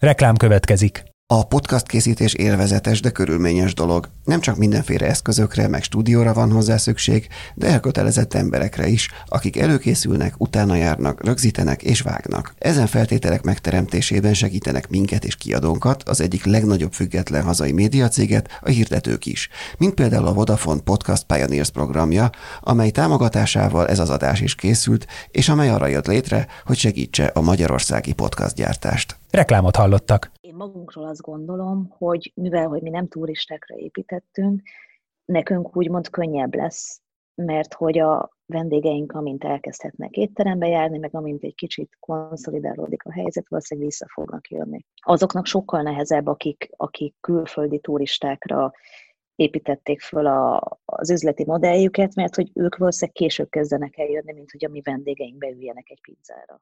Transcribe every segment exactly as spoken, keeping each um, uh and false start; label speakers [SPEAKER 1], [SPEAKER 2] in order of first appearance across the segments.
[SPEAKER 1] Reklám következik.
[SPEAKER 2] A podcast készítés élvezetes, de körülményes dolog. Nem csak mindenféle eszközökre, meg stúdióra van hozzá szükség, de elkötelezett emberekre is, akik előkészülnek, utána járnak, rögzítenek és vágnak. Ezen feltételek megteremtésében segítenek minket és kiadónkat, az egyik legnagyobb független hazai médiacéget, a hirdetők is, mint például a Vodafone Podcast Pioneers programja, amely támogatásával ez az adás is készült, és amely arra jött létre, hogy segítse a magyarországi podcastgyártást.
[SPEAKER 1] Reklámot hallottak.
[SPEAKER 3] Én magunkról azt gondolom, hogy mivel hogy mi nem turistákra építettünk, nekünk úgymond könnyebb lesz, mert hogy a vendégeink, amint elkezdhetnek étterembe járni, meg amint egy kicsit konszolidálódik a helyzet, valószínűleg vissza fognak jönni. Azoknak sokkal nehezebb, akik, akik külföldi turistákra építették föl a, az üzleti modelljüket, mert hogy ők valószínűleg később kezdenek el jönni, mint hogy a mi vendégeink beüljenek egy pizzára.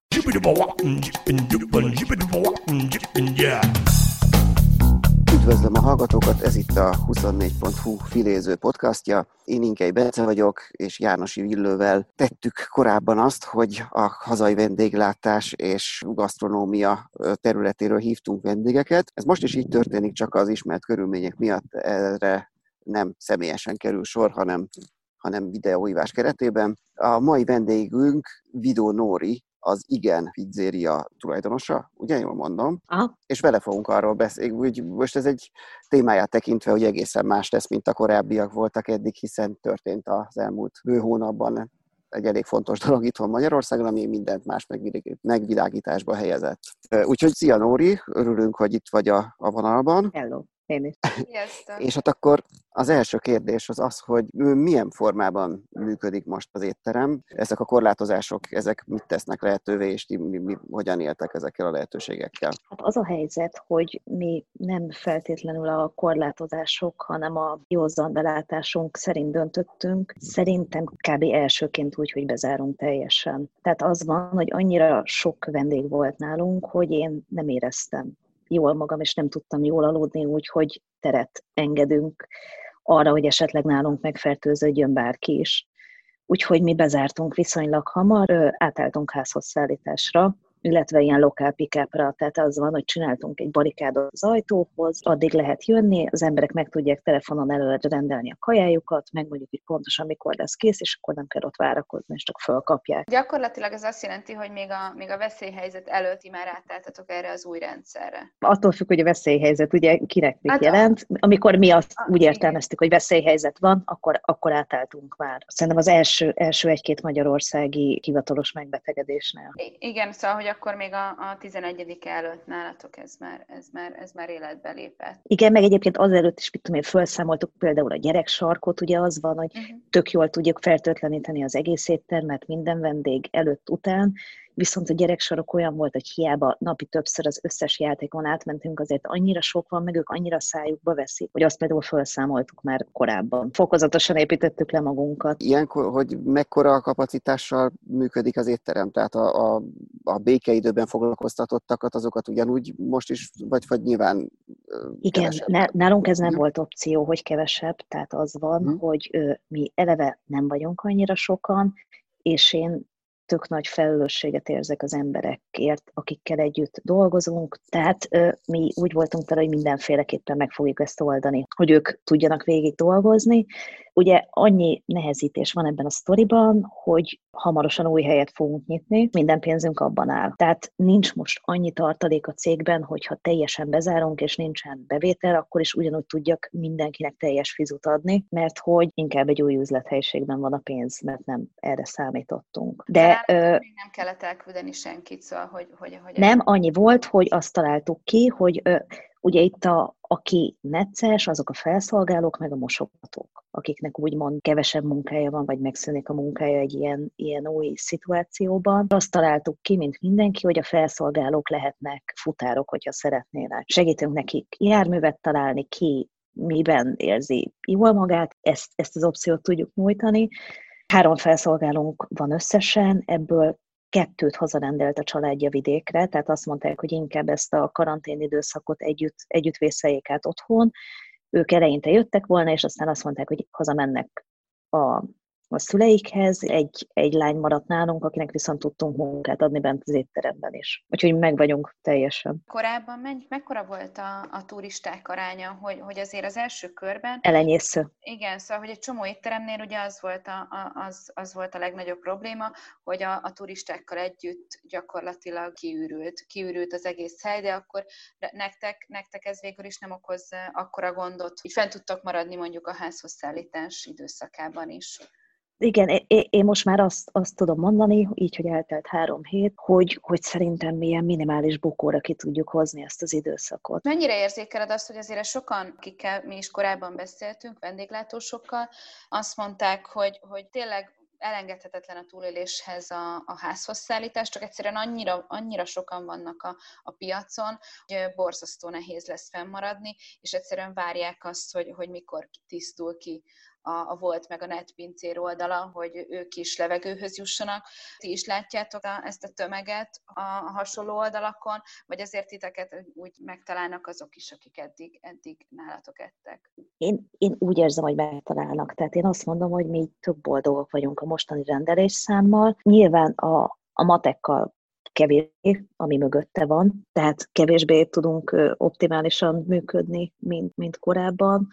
[SPEAKER 2] Üdvözlöm a hallgatókat, ez itt a huszonnégy pont hu filéző podcastja. Én Inkei Bence vagyok, és Jánosi Villővel tettük korábban azt, hogy a hazai vendéglátás és gasztronómia területéről hívtunk vendégeket. Ez most is így történik, csak az ismert körülmények miatt erre nem személyesen kerül sor, hanem, hanem videóhívás keretében. A mai vendégünk Vidó Nóri, az Igen Pizzéria tulajdonosa, ugye jól mondom?
[SPEAKER 3] Aha.
[SPEAKER 2] És vele fogunk arról beszélni, hogy most ez egy témáját tekintve, hogy egészen más lesz, mint a korábbiak voltak eddig, hiszen történt az elmúlt bő hónapban egy elég fontos dolog itthon Magyarországon, ami mindent más megvilágításba helyezett. Úgyhogy szia Nóri, örülünk, hogy itt vagy a, a vonalban.
[SPEAKER 3] Hello, én is.
[SPEAKER 4] Sziasztok.
[SPEAKER 2] És hát akkor az első kérdés az az, hogy milyen formában működik most az étterem. Ezek a korlátozások, ezek mit tesznek lehetővé, és ti mi, mi, hogyan éltek ezekkel a lehetőségekkel?
[SPEAKER 3] Hát az a helyzet, hogy mi nem feltétlenül a korlátozások, hanem a józan belátásunk szerint döntöttünk. Szerintem kb. Elsőként úgy, hogy bezárunk teljesen. Tehát az van, hogy annyira sok vendég volt nálunk, hogy én nem éreztem jól magam, és nem tudtam jól aludni, úgyhogy teret engedünk arra, hogy esetleg nálunk megfertőződjön bárki is. Úgyhogy mi bezártunk viszonylag hamar, átálltunk házhozszállításra, illetve ilyen lokál pick-upra, tehát az van, hogy csináltunk egy barikádot az ajtóhoz, addig lehet jönni, az emberek meg tudják telefonon előre rendelni a kajájukat, megmondjuk, hogy pontosan mikor lesz kész, és akkor nem kell ott várakozni, és csak fölkapják.
[SPEAKER 4] Gyakorlatilag ez azt jelenti, hogy még a, még a veszélyhelyzet előtti már átálltatok erre az új rendszerre.
[SPEAKER 3] Attól függ, hogy a veszélyhelyzet ugye kinek mit
[SPEAKER 4] Hát
[SPEAKER 3] jelent. Amikor mi azt
[SPEAKER 4] a,
[SPEAKER 3] úgy
[SPEAKER 4] igen.
[SPEAKER 3] értelmeztük, hogy veszélyhelyzet van, akkor, akkor átálltunk már. Szerintem az első, első egy-két magyarországi hivatalos megbetegedésnél.
[SPEAKER 4] I- igen, szóval, hogy akkor még a, a tizenegyedik előtt nálatok ez már, ez, már, ez már életbe lépett.
[SPEAKER 3] Igen, meg egyébként azelőtt is, mit tudom én, felszámoltuk például a gyereksarkot, ugye az van, hogy uh-huh. tök jól tudjuk fertőtleníteni az egész éttermet minden vendég előtt, után, viszont a gyereksarok olyan volt, hogy hiába napi többször az összes játékon átmentünk, azért annyira sok van, meg ők annyira szájukba veszik, hogy azt például felszámoltuk már korábban. Fokozatosan építettük le magunkat.
[SPEAKER 2] Ilyenkor, hogy mekkora kapacitással működik az étterem? Tehát a, a, a békeidőben foglalkoztatottakat, azokat ugyanúgy most is, vagy, vagy nyilván
[SPEAKER 3] igen,
[SPEAKER 2] kevesebb?
[SPEAKER 3] Nálunk ez nem volt opció, hogy kevesebb, tehát az van, hmm. hogy ö, mi eleve nem vagyunk annyira sokan, és én tök nagy felelősséget érzek az emberekért, akikkel együtt dolgozunk. Tehát ö, mi úgy voltunk vele, hogy mindenféleképpen meg fogjuk ezt oldani, hogy ők tudjanak végig dolgozni. Ugye annyi nehezítés van ebben a sztoriban, hogy hamarosan új helyet fogunk nyitni, minden pénzünk abban áll. Tehát nincs most annyi tartalék a cégben, hogyha teljesen bezárunk és nincsen bevétel, akkor is ugyanúgy tudjak mindenkinek teljes fizut adni, mert hogy inkább egy új üzlethelyiségben van a pénz, mert nem erre számítottunk. De
[SPEAKER 4] ö,
[SPEAKER 3] még
[SPEAKER 4] nem kellett elküldeni senkit, szóval, hogy... hogy, hogy
[SPEAKER 3] nem, annyi volt, hogy azt találtuk ki, hogy ö, ugye itt a, aki necces, azok a felszolgálók, meg a mosogatók, akiknek úgymond kevesebb munkája van, vagy megszűnik a munkája egy ilyen, ilyen új szituációban. Azt találtuk ki, mint mindenki, hogy a felszolgálók lehetnek futárok, hogyha szeretnének. Segítünk nekik járművet találni, ki miben érzi jól magát, ezt, ezt az opciót tudjuk nyújtani. Három felszolgálónk van összesen, ebből kettőt hazarendelt a családja vidékre, tehát azt mondták, hogy inkább ezt a karantén időszakot együtt, együtt vészeljék át otthon. Ők eleinte jöttek volna, és aztán azt mondták, hogy hazamennek a a szüleikhez, egy, egy lány maradt nálunk, akinek viszont tudtunk munkát adni bent az étteremben is. Úgyhogy meg vagyunk teljesen.
[SPEAKER 4] Korábban menny, mekkora volt a, a turisták aránya, hogy, hogy azért az első körben...
[SPEAKER 3] Elenyésző.
[SPEAKER 4] Igen, szóval, hogy egy csomó étteremnél ugye az volt a, a, az, az volt a legnagyobb probléma, hogy a, a turistákkal együtt gyakorlatilag kiürült, kiürült az egész hely, de akkor nektek, nektek ez végül is nem okoz akkora gondot, hogy fent tudtak maradni mondjuk a házhoz szállítás időszakában is.
[SPEAKER 3] Igen, én most már azt, azt tudom mondani, így, hogy eltelt három hét, hogy, hogy szerintem milyen minimális bukóra ki tudjuk hozni ezt az időszakot.
[SPEAKER 4] Mennyire érzékeled azt, hogy azért sokan, akikkel mi is korábban beszéltünk, vendéglátósokkal, azt mondták, hogy, hogy tényleg elengedhetetlen a túléléshez a, a házhoz szállítás, csak egyszerűen annyira, annyira sokan vannak a, a piacon, hogy borzasztó nehéz lesz fennmaradni, és egyszerűen várják azt, hogy, hogy mikor tisztul ki a, a Volt meg a netpincér oldala, hogy ők is levegőhöz jussanak. Ti is látjátok a, ezt a tömeget a, a hasonló oldalakon, vagy azért titeket úgy megtalálnak azok is, akik eddig, eddig nálatok ettek?
[SPEAKER 3] Én, én úgy érzem, hogy megtalálnak. Tehát én azt mondom, hogy mi több boldogok vagyunk a mostani rendelésszámmal. Nyilván a, a matekkal kevésbé, ami mögötte van, tehát kevésbé tudunk optimálisan működni, mint, mint korábban,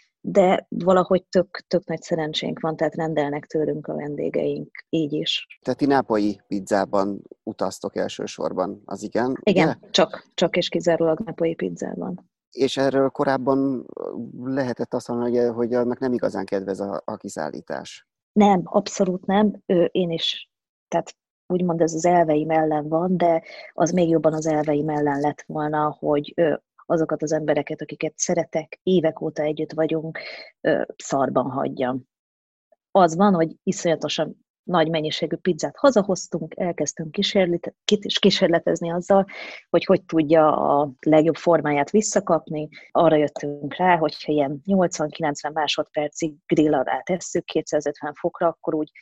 [SPEAKER 3] de valahogy tök, tök nagy szerencsénk van, tehát rendelnek tőlünk a vendégeink, így is.
[SPEAKER 2] Tehát ti nápolyi pizzában utaztok elsősorban, az igen?
[SPEAKER 3] Igen, csak, csak és kizárólag nápolyi pizzában.
[SPEAKER 2] És erről korábban lehetett azt mondani, hogy, hogy annak nem igazán kedvez a, a kiszállítás.
[SPEAKER 3] Nem, abszolút nem. Én is, tehát úgymond ez az elveim ellen van, de az még jobban az elveim ellen lett volna, hogy azokat az embereket, akiket szeretek, évek óta együtt vagyunk, szarban hagyjam. Az van, hogy iszonyatosan nagy mennyiségű pizzát hazahoztunk, elkezdtünk kísérletezni azzal, hogy hogy tudja a legjobb formáját visszakapni. Arra jöttünk rá, hogyha ilyen nyolcvan-kilencven másodpercig grill alá tesszük kétszázötven fokra, akkor úgy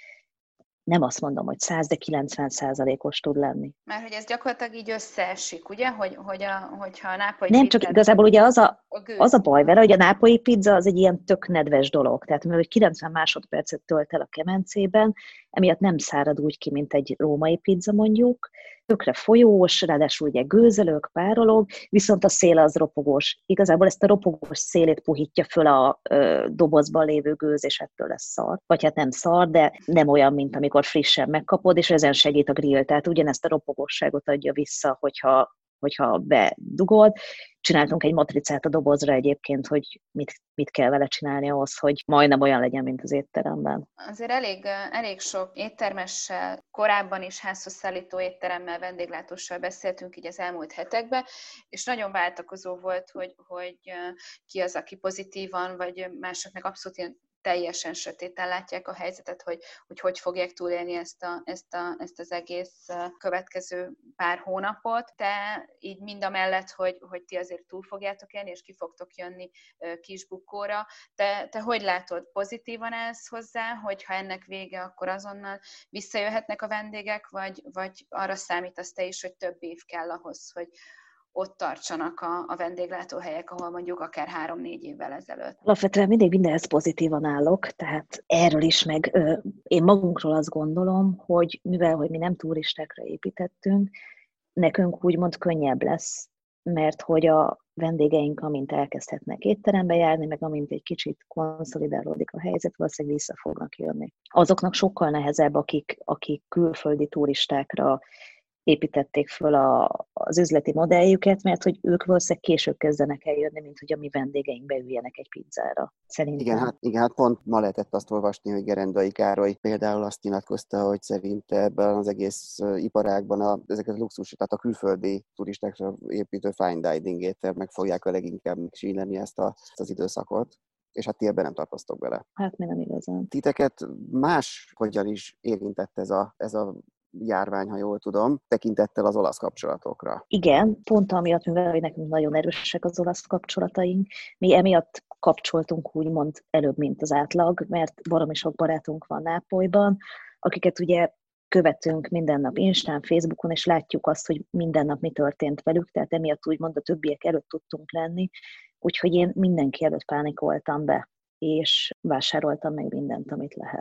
[SPEAKER 3] nem azt mondom, hogy száz, de kilencven százalékos tud lenni.
[SPEAKER 4] Mert hogy ez gyakorlatilag így összeesik, ugye? Hogy, hogy a, hogyha a nápolyi
[SPEAKER 3] Nem, csak igazából ugye az a, az a baj vele, hogy a nápolyi pizza az egy ilyen tök nedves dolog. Tehát mivel kilencven másodpercet tölt el a kemencében, emiatt nem szárad úgy ki, mint egy római pizza mondjuk. Tökre folyós, ráadásul ugye gőzölök, párolog, viszont a széle az ropogós. Igazából ezt a ropogós szélét puhítja föl a ö, dobozban lévő gőz, és ettől lesz szar. Vagy hát nem szar, de nem olyan, mint amikor frissen megkapod, és ezen segít a grill. Tehát ugyanezt a ropogósságot adja vissza, hogyha, hogyha bedugod. Csináltunk egy matricát a dobozra egyébként, hogy mit, mit kell vele csinálni ahhoz, hogy majdnem olyan legyen, mint az étteremben.
[SPEAKER 4] Azért elég, elég sok éttermessel, korábban is házhoz szállító étteremmel, vendéglátóssal beszéltünk így az elmúlt hetekben, és nagyon váltakozó volt, hogy, hogy ki az, aki pozitívan, vagy mások meg abszolút ilyen teljesen sötéten látják a helyzetet, hogy hogy, hogy fogják túlélni ezt, a, ezt, a, ezt az egész következő pár hónapot. Te így mind a mellett, hogy, hogy ti azért túl fogjátok élni, és ki fogtok jönni kisbukóra. Te, te hogy látod, pozitívan állsz hozzá, hogy ha ennek vége, akkor azonnal visszajöhetnek a vendégek, vagy, vagy arra számítasz te is, hogy több év kell ahhoz, hogy ott tartsanak a, a vendéglátóhelyek, ahol mondjuk akár három-négy évvel ezelőtt.
[SPEAKER 3] Alapvetően mindig mindenhez pozitívan állok, tehát erről is meg ö, én magunkról azt gondolom, hogy mivel, hogy mi nem turistákra építettünk, nekünk úgymond könnyebb lesz, mert hogy a vendégeink, amint elkezdhetnek étterembe járni, meg amint egy kicsit konszolidálódik a helyzet, valószínűleg vissza fognak jönni. Azoknak sokkal nehezebb, akik, akik külföldi turistákra építették föl a, az üzleti modelljüket, mert hogy ők valószínűleg később kezdenek el jönni, mint hogy a mi vendégeink beüljenek egy pizzára. Szerintem.
[SPEAKER 2] Igen, hát, igen, hát pont ma lehetett azt olvasni, hogy Gerendai Károly például azt nyilatkozta, hogy szerinte ebben az egész iparágban a, ezeket a luxus, tehát a külföldi turistákra építő fine dining éttermek meg fogják a leginkább megsínyleni ezt, a, ezt az időszakot. És hát ti ebben nem tartoztok bele.
[SPEAKER 3] Hát mi nem igazán.
[SPEAKER 2] Titeket más hogyan is érintett ez a, ez a járvány, ha jól tudom, tekintettel az olasz kapcsolatokra.
[SPEAKER 3] Igen, pont amiatt, mivel hogy nekünk nagyon erősek az olasz kapcsolataink, mi emiatt kapcsoltunk úgymond előbb, mint az átlag, mert baromi sok barátunk van Nápolyban, akiket ugye követünk minden nap Instán, Facebookon, és látjuk azt, hogy minden nap mi történt velük, tehát emiatt úgymond a többiek előtt tudtunk lenni, úgyhogy én mindenki előtt pánikoltam be, és vásároltam meg mindent, amit lehet.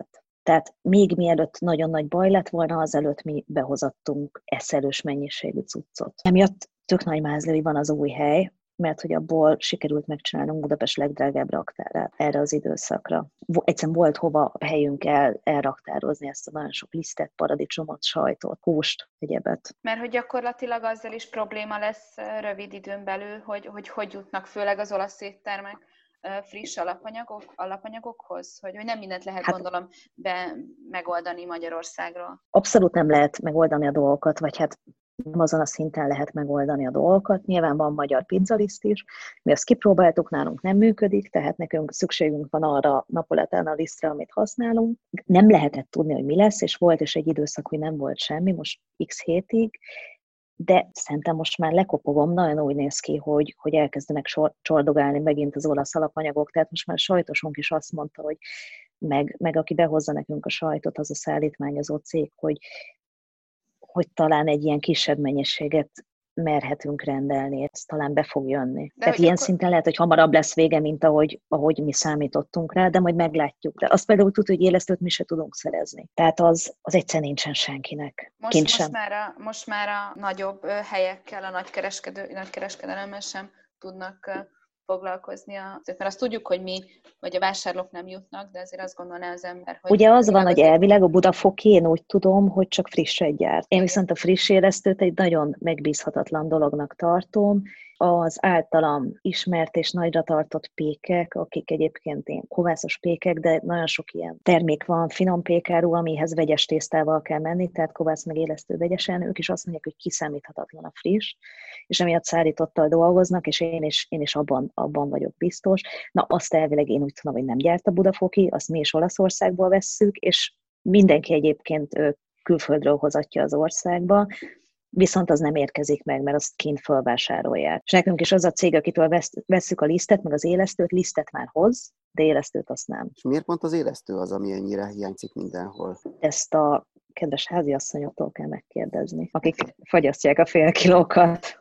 [SPEAKER 3] Tehát még mielőtt nagyon nagy baj lett volna, azelőtt mi behozattunk eszelős mennyiségű cuccot. Emiatt tök nagy mázli van az új hely, mert hogy abból sikerült megcsinálnunk Budapest legdrágább raktárát erre az időszakra. Egyszerűen volt hova a helyünk el, elraktározni ezt a nagyon sok lisztet, paradicsomot, sajtot, húst, egyebet.
[SPEAKER 4] Mert hogy gyakorlatilag azzal is probléma lesz rövid időn belül, hogy hogy, hogy jutnak főleg az olasz éttermek friss alapanyagok, alapanyagokhoz, hogy, hogy nem mindent lehet, hát, gondolom, be, megoldani Magyarországról.
[SPEAKER 3] Abszolút nem lehet megoldani a dolgokat, vagy hát nem azon a szinten lehet megoldani a dolgokat. Nyilván van magyar pizzaliszt is, mi azt kipróbáltuk, nálunk nem működik, tehát nekünk szükségünk van arra napoletana lisztre, amit használunk. Nem lehetett tudni, hogy mi lesz, és volt is egy időszak, hogy nem volt semmi, most x hétig, de szerintem most már lekopogom, nagyon úgy néz ki, hogy, hogy elkezdenek sor, csordogálni megint az olasz alapanyagok, tehát most már a sajtosunk is azt mondta, hogy meg, meg aki behozza nekünk a sajtot, az a szállítmányozó cég, hogy hogy talán egy ilyen kisebb mennyiséget merhetünk rendelni, ez talán be fog jönni. De Tehát ilyen akkor... szinten lehet, hogy hamarabb lesz vége, mint ahogy, ahogy mi számítottunk rá, de majd meglátjuk. De azt például tudod, hogy élesztőt mi se tudunk szerezni. Tehát az, az egyszer nincsen senkinek.
[SPEAKER 4] Most, most, már a, most már a nagyobb helyekkel, a nagykereskedő, nagykereskedelemmel sem tudnak foglalkozni, a, mert azt tudjuk, hogy mi, vagy a vásárlók nem jutnak, de azért azt gondolná az ember, hogy...
[SPEAKER 3] Ugye az van, hogy elvileg a Budafoki, én úgy tudom, hogy csak frisset gyárt. Én viszont a friss élesztőt egy nagyon megbízhatatlan dolognak tartom. Az általam ismert és nagyra tartott pékek, akik egyébként ilyen kovászos pékek, de nagyon sok ilyen termék van, finom pékáru, amihez vegyes tésztával kell menni, tehát kovász meg élesztő vegyesen, ők is azt mondják, hogy kiszámíthatatlan a friss, és emiatt szállítottal dolgoznak, és én is, én is abban, abban vagyok biztos. Na azt elvileg én úgy tudom, hogy nem gyárt a Budafoki, azt mi is Olaszországból vesszük, és mindenki egyébként külföldről hozatja az országba, viszont az nem érkezik meg, mert azt kint fölvásárolják. És nekünk is az a cég, akitől vesszük a lisztet, meg az élesztőt, lisztet már hoz, de élesztőt azt nem.
[SPEAKER 2] És miért pont az élesztő az, ami ennyire hiányzik mindenhol?
[SPEAKER 3] Ezt a kedves háziasszonyoktól kell megkérdezni, akik fagyasztják a fél kilókat.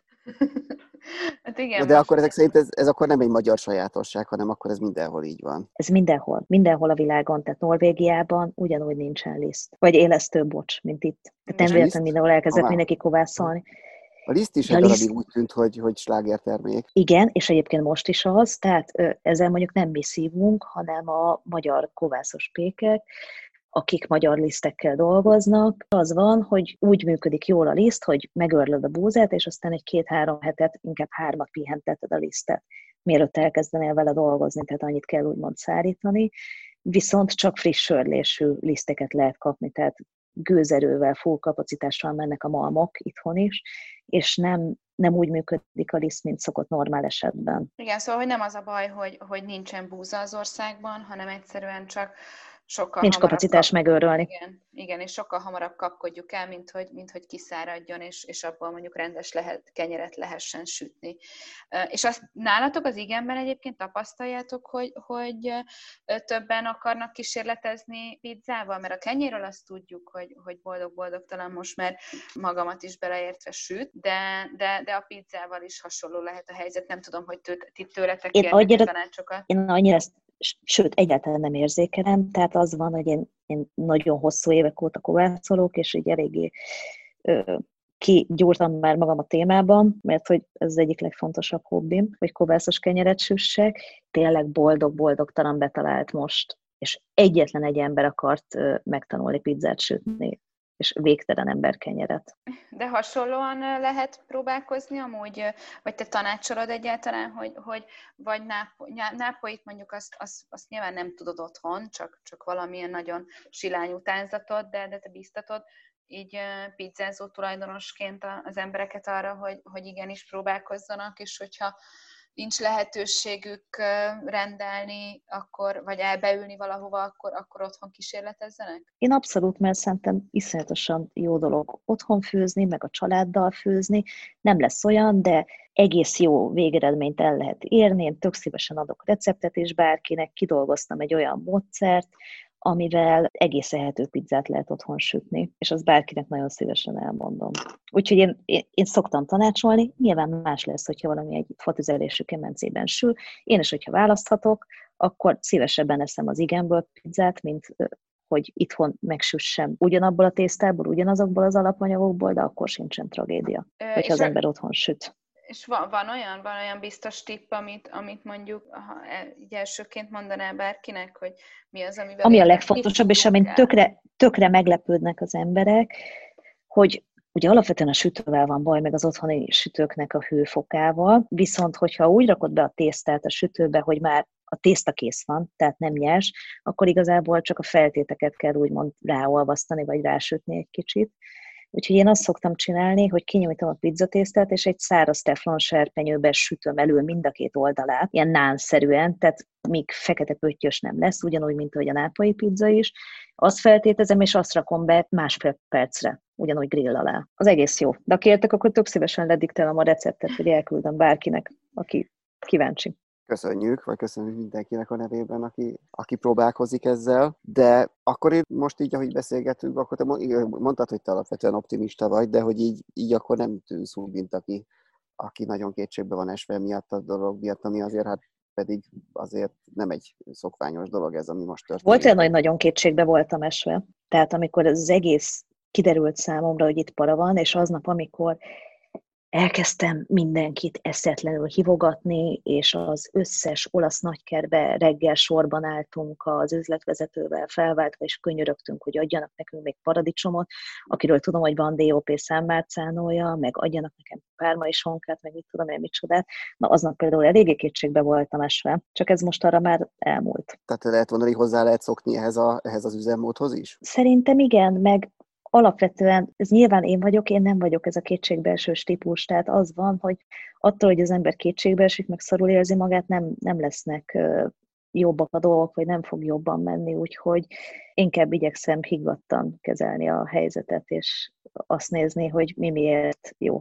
[SPEAKER 4] Hát igen,
[SPEAKER 2] de most... akkor ezek szerint ez, ez akkor nem egy magyar sajátosság, hanem akkor ez mindenhol így van.
[SPEAKER 3] Ez mindenhol. Mindenhol a világon, tehát Norvégiában ugyanúgy nincsen liszt. Vagy élesztő, bocs, mint itt. Tehát nem véletlenül mindenhol elkezdett Amá. mindenki kovászolni.
[SPEAKER 2] A liszt is egy darabig úgy tűnt, hogy, hogy slágertermék.
[SPEAKER 3] Igen, és egyébként most is az, tehát ezzel mondjuk nem mi szívunk, hanem a magyar kovászos pékek, akik magyar lisztekkel dolgoznak, az van, hogy úgy működik jól a liszt, hogy megörlöd a búzát, és aztán egy két-három hetet, inkább hármat pihenteted a lisztet, mielőtt elkezdenél vele dolgozni, tehát annyit kell úgymond szárítani, viszont csak friss sörlésű liszteket lehet kapni, tehát gőzerővel, full kapacitással mennek a malmok itthon is, és nem, nem úgy működik a liszt, mint szokott normál esetben.
[SPEAKER 4] Igen, szóval hogy nem az a baj, hogy, hogy nincsen búza az országban, hanem egyszerűen csak sokkal
[SPEAKER 3] Nincs kapacitás kap... megőrölni.
[SPEAKER 4] Igen, igen, és sokkal hamarabb kapkodjuk el, mint hogy, mint hogy kiszáradjon, és, és abból mondjuk rendes lehet, kenyeret lehessen sütni. És azt nálatok az igenben egyébként tapasztaljátok, hogy, hogy többen akarnak kísérletezni pizzával? Mert a kenyéről azt tudjuk, hogy, hogy boldog-boldogtalan most már magamat is beleértve süt, de, de, de a pizzával is hasonló lehet a helyzet. Nem tudom, hogy tőle, ti tőletek kérnek tanácsokat.
[SPEAKER 3] Én annyira ezt sőt, egyáltalán nem érzékelem, tehát az van, hogy én, én nagyon hosszú évek óta kovászolok, és így eléggé ö, kigyúrtam már magam a témában, mert hogy ez az egyik legfontosabb hobbim, hogy kovászos kenyeret süssek. Tényleg boldog-boldogtalan betalált most, és egyetlen egy ember akart ö, megtanulni pizzát sütni, és végtelen ember kenyeret.
[SPEAKER 4] De hasonlóan lehet próbálkozni amúgy, vagy te tanácsolod egyáltalán, hogy, hogy vagy nápolyt mondjuk azt, azt, azt nyilván nem tudod otthon, csak, csak valamilyen nagyon silány utánzatot, de, de te bíztatod így pizzázó tulajdonosként az embereket arra, hogy, hogy igenis próbálkozzanak, és hogyha nincs lehetőségük rendelni, akkor, vagy elbeülni valahova, akkor, akkor otthon kísérletezzenek?
[SPEAKER 3] Én abszolút, mert szerintem iszonyatosan jó dolog otthon főzni, meg a családdal főzni. Nem lesz olyan, de egész jó végeredményt el lehet érni. Én tök szívesen adok receptet is bárkinek, kidolgoztam egy olyan módszert, amivel egész ehető pizzát lehet otthon sütni, és azt bárkinek nagyon szívesen elmondom. Úgyhogy én, én, én szoktam tanácsolni, nyilván más lesz, hogyha valami egy fatüzelésű kemencében sül. Én is, hogyha választhatok, akkor szívesebben eszem az igenből pizzát, mint hogy itthon megsüssem ugyanabból a tésztából, ugyanazokból az alapanyagokból, de akkor sincsen tragédia,
[SPEAKER 4] Ö,
[SPEAKER 3] hogyha az ember otthon süt.
[SPEAKER 4] És van, van olyan, van olyan biztos tipp, amit, amit mondjuk ha így elsőként mondanál bárkinek, hogy mi az, amivel...
[SPEAKER 3] Ami a legfontosabb, és amin tökre, tökre meglepődnek az emberek, hogy ugye alapvetően a sütővel van baj, meg az otthoni sütőknek a hőfokával, viszont hogyha úgy rakod be a tésztát a sütőbe, hogy már a tészta kész van, tehát nem nyers, akkor igazából csak a feltéteket kell úgymond ráolvasztani, vagy rásütni egy kicsit. Úgyhogy én azt szoktam csinálni, hogy kinyújtom a pizzatésztát, és egy száraz teflon serpenyőbe sütöm elől mind a két oldalát, ilyen nánszerűen, tehát míg fekete pöttyös nem lesz, ugyanúgy, mint ahogy a nápolyi pizza is. Azt feltétezem, és azt rakom be másfél percre, ugyanúgy grill alá. Az egész jó. De ha kértek, akkor tök szívesen lediktálom a receptet, hogy elküldöm bárkinek, aki kíváncsi.
[SPEAKER 2] Köszönjük, vagy köszönjük mindenkinek a nevében, aki, aki próbálkozik ezzel. De akkor én most így, ahogy beszélgetünk, akkor te mondtad, hogy te alapvetően optimista vagy, de hogy így, így akkor nem tűnsz úgy, mint aki, aki nagyon kétségbe van esve miatt a dolog miatt, ami azért hát pedig azért nem egy szokványos dolog ez, ami most történik.
[SPEAKER 3] Volt olyan, hogy nagyon kétségbe voltam esve. Tehát amikor ez az egész kiderült számomra, hogy itt para van, és aznap, amikor elkezdtem mindenkit eszetlenül hívogatni, és az összes olasz nagykertbe reggel sorban álltunk az üzletvezetővel felváltva, és könyörögtünk, hogy adjanak nekünk még paradicsomot, akiről tudom, hogy van dé o pé számmárcánója, meg adjanak nekem pármai sonkát, meg mit tudom én, micsodát. Na, aznap például eléggé kétségbe voltam esve, csak ez most arra már elmúlt.
[SPEAKER 2] Tehát lehet mondani, hogy hozzá lehet szokni ehhez, a, ehhez az üzemmódhoz is?
[SPEAKER 3] Szerintem igen, meg alapvetően, ez nyilván én vagyok, én nem vagyok ez a kétségbeesős típus, tehát az van, hogy attól, hogy az ember kétségbeesik, meg szarul érzi magát, nem, nem lesznek jobbak a dolgok, vagy nem fog jobban menni, úgyhogy inkább igyekszem higgadtan kezelni a helyzetet, és azt nézni, hogy mi miért jó.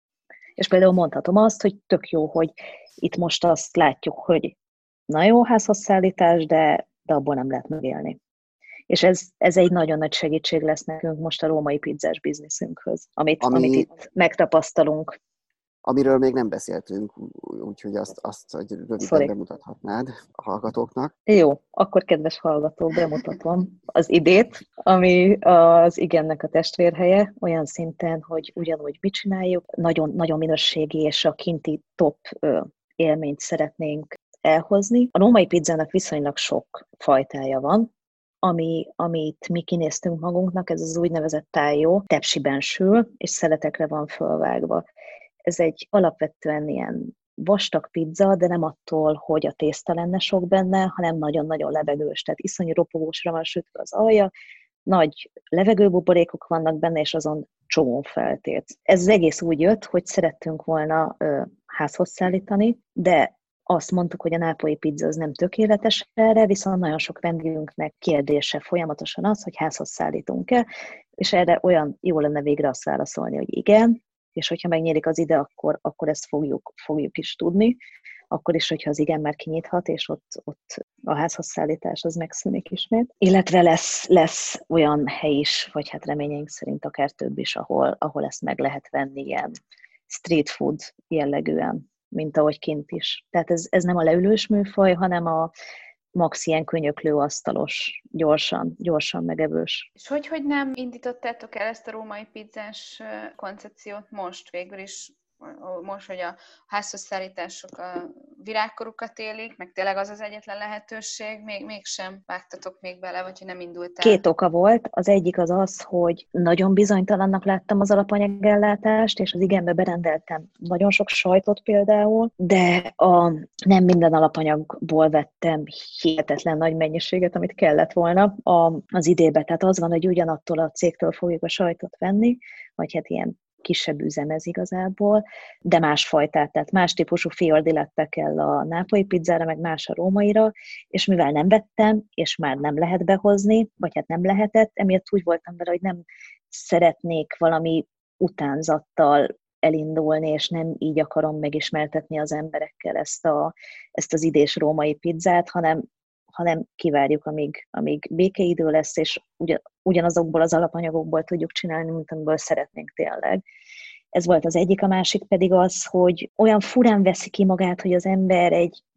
[SPEAKER 3] És például mondhatom azt, hogy tök jó, hogy itt most azt látjuk, hogy na jó házhozszállítás, de, de abból nem lehet megélni. És ez, ez egy nagyon nagy segítség lesz nekünk most a római pizzás bizniszünkhöz, amit, Ami, amit itt megtapasztalunk.
[SPEAKER 2] Amiről még nem beszéltünk, úgyhogy azt, azt hogy röviden Sorry. bemutathatnád a hallgatóknak.
[SPEAKER 3] Jó, akkor kedves hallgatók, bemutatom az idét, ami az igennek a testvérhelye, olyan szinten, hogy ugyanúgy mit csináljuk, nagyon, nagyon minőségi és a kinti top élményt szeretnénk elhozni. A római pizzának viszonylag sok fajtája van, Ami, amit mi kinéztünk magunknak, ez az úgynevezett tájó, tepsiben sül, és szeletekre van fölvágva. Ez egy alapvetően ilyen vastag pizza, de nem attól, hogy a tészta lenne sok benne, hanem nagyon-nagyon levegős, tehát iszonyú ropogósra van sütve az alja, nagy levegőbuborékok vannak benne, és azon csomó feltét. Ez az egész úgy jött, hogy szerettünk volna ö, házhoz szállítani, de azt mondtuk, hogy a nápolyi pizza az nem tökéletes erre, viszont nagyon sok vendégünknek kérdése folyamatosan az, hogy házhoz szállítunk-e, és erre olyan jó lenne végre azt válaszolni, hogy igen, és hogyha megnyílik az ide, akkor, akkor ezt fogjuk, fogjuk is tudni, akkor is, hogyha az igen már kinyithat, és ott, ott a házhoz szállítás az megszűnik ismét. Illetve lesz, lesz olyan hely is, vagy hát reményeink szerint akár több is, ahol, ahol ezt meg lehet venni ilyen street food jellegűen, mint ahogy kint is. Tehát ez, ez nem a leülős műfaj, hanem a max ilyen könyöklő, asztalos, gyorsan, gyorsan megevős.
[SPEAKER 4] És hogy, hogy nem indítottátok el ezt a római pizzás koncepciót most végül is, most, hogy a házhoz szállítások a virágkorukat élik, meg tényleg az az egyetlen lehetőség, még, mégsem vágtatok még bele, vagy hogy nem indultál?
[SPEAKER 3] Két oka volt. Az egyik az az, hogy nagyon bizonytalannak láttam az alapanyagellátást, és az igenbe berendeltem nagyon sok sajtot például, de a, nem minden alapanyagból vettem hihetetlen nagy mennyiséget, amit kellett volna a, az idébe. Tehát az van, hogy ugyanattól a cégtől fogjuk a sajtot venni, vagy hát ilyen kisebb üzem ez igazából, de más fajtát, tehát más típusú fiordilettek kell a nápolyi pizzára, meg más a rómaira, és mivel nem vettem, és már nem lehet behozni, vagy hát nem lehetett, emiatt úgy voltam vele, hogy nem szeretnék valami utánzattal elindulni, és nem így akarom megismertetni az emberekkel ezt, a, ezt az idés római pizzát, hanem hanem kivárjuk, amíg, amíg békeidő lesz, és ugyan, ugyanazokból az alapanyagokból tudjuk csinálni, mint amiből szeretnénk tényleg. Ez volt az egyik, a másik pedig az, hogy olyan furán veszi ki magát, hogy az ember egy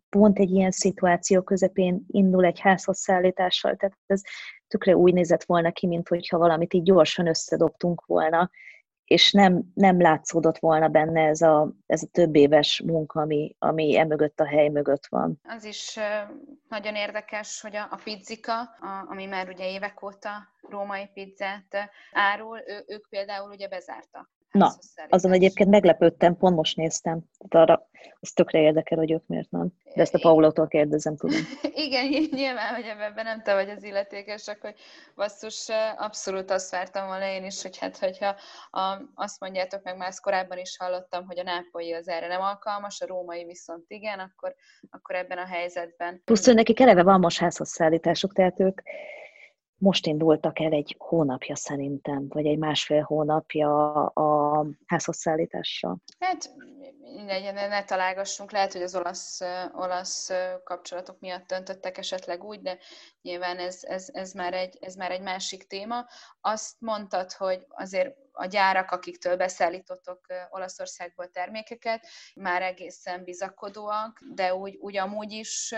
[SPEAKER 3] pont egy ilyen szituáció közepén indul egy házhoz szállítással, tehát ez tökre úgy nézett volna ki, mint hogyha valamit így gyorsan összedobtunk volna, és nem, nem látszódott volna benne ez a, ez a több éves munka, ami, ami emögött a hely mögött van.
[SPEAKER 4] Az is nagyon érdekes, hogy a, a pizzika, a, ami már ugye évek óta római pizzát árul, ő, ők például ugye bezártak.
[SPEAKER 3] Na, azon egyébként meglepődtem, pont most néztem. Tehát arra, az tökre érdekel, hogy ők miért nem. De ezt a Paulótól kérdezem, tudom.
[SPEAKER 4] Igen, nyilván, hogy ebben nem te vagy az illetékes, csak hogy basszus, abszolút azt vártam volna én is, hogy hát, hogyha a, azt mondjátok meg, már ezt korábban is hallottam, hogy a nápolyi az erre nem alkalmas, a római viszont igen, akkor, akkor ebben a helyzetben.
[SPEAKER 3] Plusz ő nekik eleve van most házhoz szállításuk, tehát ők most indultak el egy hónapja szerintem, vagy egy másfél hónapja a házhoz szállításra.
[SPEAKER 4] Hát mindegy, ne, ne találgassunk, lehet, hogy az olasz, olasz kapcsolatok miatt döntöttek esetleg úgy, de nyilván ez, ez, ez, már egy, ez már egy másik téma. Azt mondtad, hogy azért a gyárak, akiktől beszállítottok Olaszországból termékeket, már egészen bizakodóak, de úgy, úgy amúgy is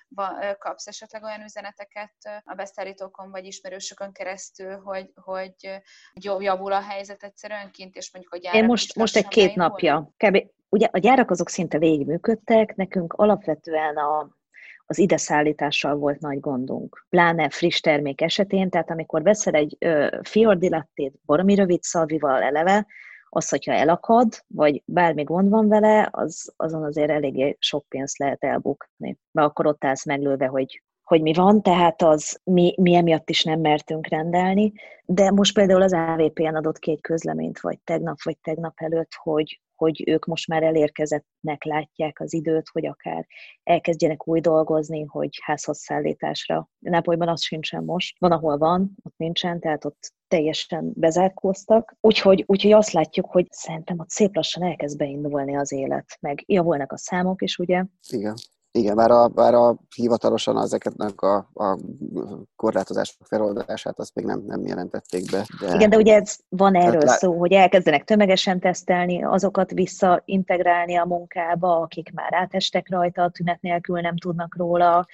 [SPEAKER 4] kapsz esetleg olyan üzeneteket a beszállítókon vagy ismerősökön keresztül, hogy, hogy javul a helyzet egyszerűen kint, és mondjuk a gyárak
[SPEAKER 3] Én most,
[SPEAKER 4] is
[SPEAKER 3] most egy két napja. Kb. Ugye a gyárak azok szinte végigműködtek, nekünk alapvetően a az ide szállítással volt nagy gondunk. Pláne friss termék esetén, tehát amikor veszel egy ö, fiordi lattét baromi rövid szalvival eleve, az, hogyha elakad, vagy bármi gond van vele, az, azon azért eléggé sok pénzt lehet elbukni. Mert akkor ott állsz meglőve, hogy, hogy mi van, tehát az mi, mi emiatt is nem mertünk rendelni. De most például az á vé pé-en adott ki egy közleményt, vagy tegnap, vagy tegnap előtt, hogy hogy ők most már elérkezettnek látják az időt, hogy akár elkezdjenek új dolgozni, hogy házhoz szállításra. Nápolyban az sincsen most. Van, ahol van, ott nincsen, tehát ott teljesen bezárkóztak. Úgyhogy, úgyhogy azt látjuk, hogy szerintem ott szép lassan elkezd beindulni az élet. Meg javulnak a számok is, ugye?
[SPEAKER 2] Igen. Igen, bár a, bár a hivatalosan ezeknek a, a korlátozások feloldását azt még nem, nem jelentették be. De...
[SPEAKER 3] Igen, de ugye ez van erről
[SPEAKER 2] lá...
[SPEAKER 3] szó, hogy elkezdenek tömegesen tesztelni, azokat visszaintegrálni a munkába, akik már átestek rajta, a tünet nélkül nem tudnak róla,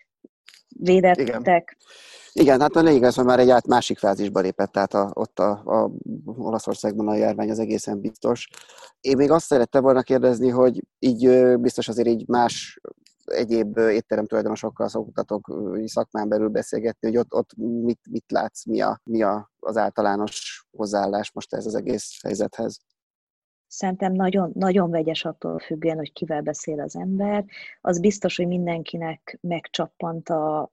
[SPEAKER 3] védettek.
[SPEAKER 2] Igen. Igen, hát a lényeg az, hogy már egy át másik fázisba lépett, tehát a, ott a, a Olaszországban a járvány az egészen biztos. Én még azt szerettem volna kérdezni, hogy így biztos azért így más egyéb étterem tulajdonosokkal szoktatok szakmán belül beszélgetni, hogy ott, ott mit, mit látsz, mi, a, mi a, az általános hozzáállás most ez az egész helyzethez?
[SPEAKER 3] Szerintem nagyon, nagyon vegyes attól függően, hogy kivel beszél az ember. Az biztos, hogy mindenkinek megcsappant a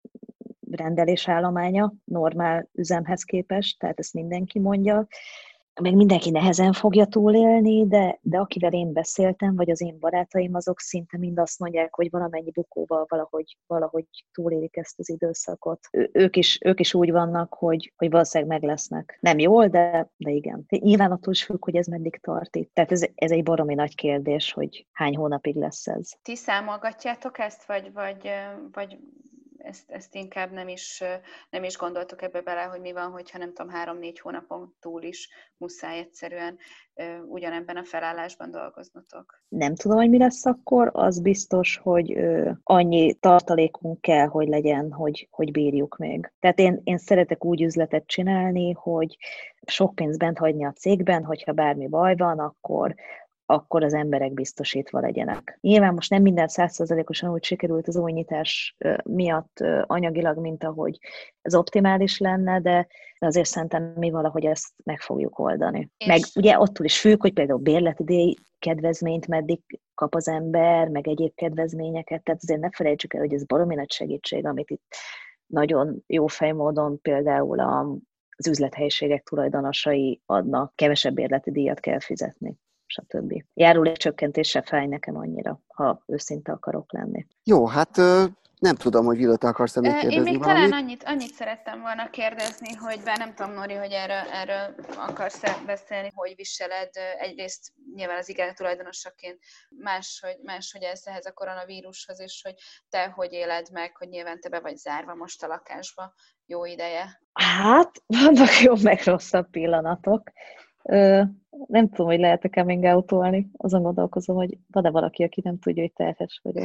[SPEAKER 3] rendelésállománya normál üzemhez képest, tehát ezt mindenki mondja. Meg mindenki nehezen fogja túlélni, de, de akivel én beszéltem, vagy az én barátaim, azok szinte mind azt mondják, hogy valamennyi bukóval valahogy, valahogy túlélik ezt az időszakot. Ő, ők, is, ők is úgy vannak, hogy, hogy valószínűleg meg lesznek. Nem jól, de, de igen. Nyilván attól is függ, hogy ez meddig tart itt. Tehát ez, ez egy baromi nagy kérdés, hogy hány hónapig lesz ez.
[SPEAKER 4] Ti számolgatjátok ezt, vagy, vagy, vagy ezt, ezt inkább nem is, nem is gondoltok ebbe bele, hogy mi van, hogyha nem tudom, három-négy hónapon túl is muszáj egyszerűen ugyanebben a felállásban dolgoznotok?
[SPEAKER 3] Nem tudom, hogy mi lesz akkor, az biztos, hogy ö, annyi tartalékunk kell, hogy legyen, hogy, hogy bírjuk még. Tehát én, én szeretek úgy üzletet csinálni, hogy sok pénzt bent hagyni a cégben, hogyha bármi baj van, akkor akkor az emberek biztosítva legyenek. Nyilván most nem minden száz százalékosan úgy sikerült az új nyitás miatt anyagilag, mint ahogy ez optimális lenne, de azért szerintem mi valahogy ezt meg fogjuk oldani. És... Meg ugye attól is függ, hogy például bérleti díj kedvezményt meddig kap az ember, meg egyéb kedvezményeket, tehát azért ne felejtsük el, hogy ez baromi nagy segítség, amit itt nagyon jó fejmódon például az üzlethelyiségek tulajdonosai adnak, kevesebb bérleti díjat kell fizetni, stb. Járulékcsökkentés fáj nekem annyira, ha őszinte akarok lenni.
[SPEAKER 2] Jó, hát nem tudom, hogy Villa, te akarsz még kérdezni
[SPEAKER 4] Én még
[SPEAKER 2] valamit?
[SPEAKER 4] talán annyit, annyit szerettem volna kérdezni, hogy bár nem tudom, Nori, hogy erről, erről akarsz beszélni, hogy viseled egyrészt nyilván az igen tulajdonosaként máshogy, máshogy ez ehhez a koronavírushoz, és hogy te hogy éled meg, hogy nyilván te be vagy zárva most a lakásba jó ideje.
[SPEAKER 3] Hát, vannak jobb meg rosszabb pillanatok. Ö, nem tudom, hogy lehet-e coming out-olni. Azon gondolkozom, hogy van-e valaki, aki nem tudja, hogy terhes vagyok.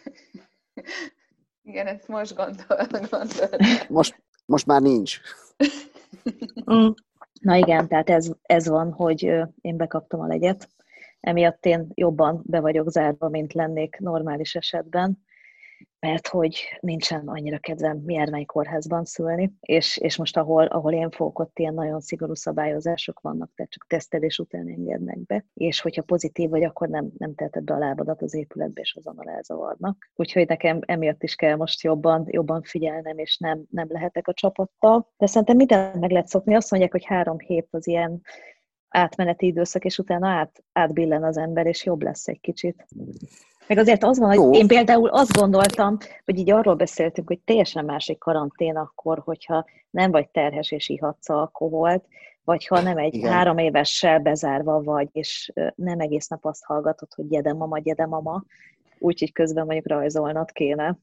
[SPEAKER 4] Igen, ezt most gondol, gondol.
[SPEAKER 2] Most, most már nincs.
[SPEAKER 3] Mm. Na igen, tehát ez, ez van, hogy én bekaptam a legyet. Emiatt én jobban be vagyok zárva, mint lennék normális esetben, mert hogy nincsen annyira kedvem járványkórházban szülni, és, és most ahol, ahol én fogok, ott ilyen nagyon szigorú szabályozások vannak, tehát csak tesztelés után engednek be, és hogyha pozitív vagy, akkor nem, nem teheted be a lábadat az épületbe, és azonnal elzavarnak. Úgyhogy nekem emiatt is kell most jobban, jobban figyelnem, és nem, nem lehetek a csapattal. De szerintem mindent meg lehet szokni. Azt mondják, hogy három hét az ilyen átmeneti időszak, és utána át, átbillen az ember, és jobb lesz egy kicsit. Meg azért az van, hogy
[SPEAKER 2] Jó.
[SPEAKER 3] Én például azt gondoltam, hogy így arról beszéltünk, hogy teljesen másik karantén akkor, hogyha nem vagy terhes és ihatsz alkoholt, vagy ha nem egy
[SPEAKER 2] Igen.
[SPEAKER 3] három évessel bezárva vagy, és nem egész nap azt hallgatod, hogy gyede mama, gyede mama, úgyhogy közben mondjuk rajzolnod kéne.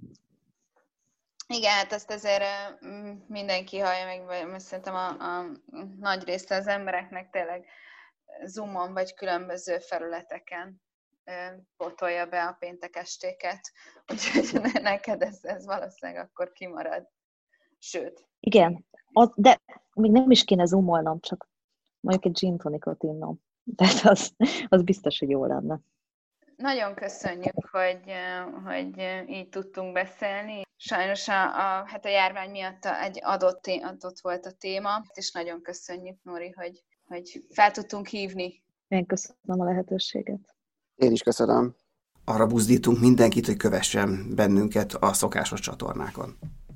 [SPEAKER 4] Igen, hát ezt azért mindenki hallja meg, mert szerintem a, a nagy része az embereknek tényleg Zoomon vagy különböző felületeken pótolja be a péntek estéket, úgyhogy neked ez, ez valószínűleg akkor kimarad. Sőt.
[SPEAKER 3] Igen, az, de még nem is kéne zoomolnom, csak mondjuk egy gin tonicot innom. Tehát az, az biztos, hogy jó lenne.
[SPEAKER 4] Nagyon köszönjük, hogy, hogy így tudtunk beszélni. Sajnos a, a, hát a járvány miatt egy adott, adott volt a téma, és nagyon köszönjük, Nóri, hogy, hogy fel tudtunk hívni.
[SPEAKER 3] Én köszönöm a lehetőséget.
[SPEAKER 2] Én is köszönöm. Arra buzdítunk mindenkit, hogy kövessen bennünket a szokásos csatornákon.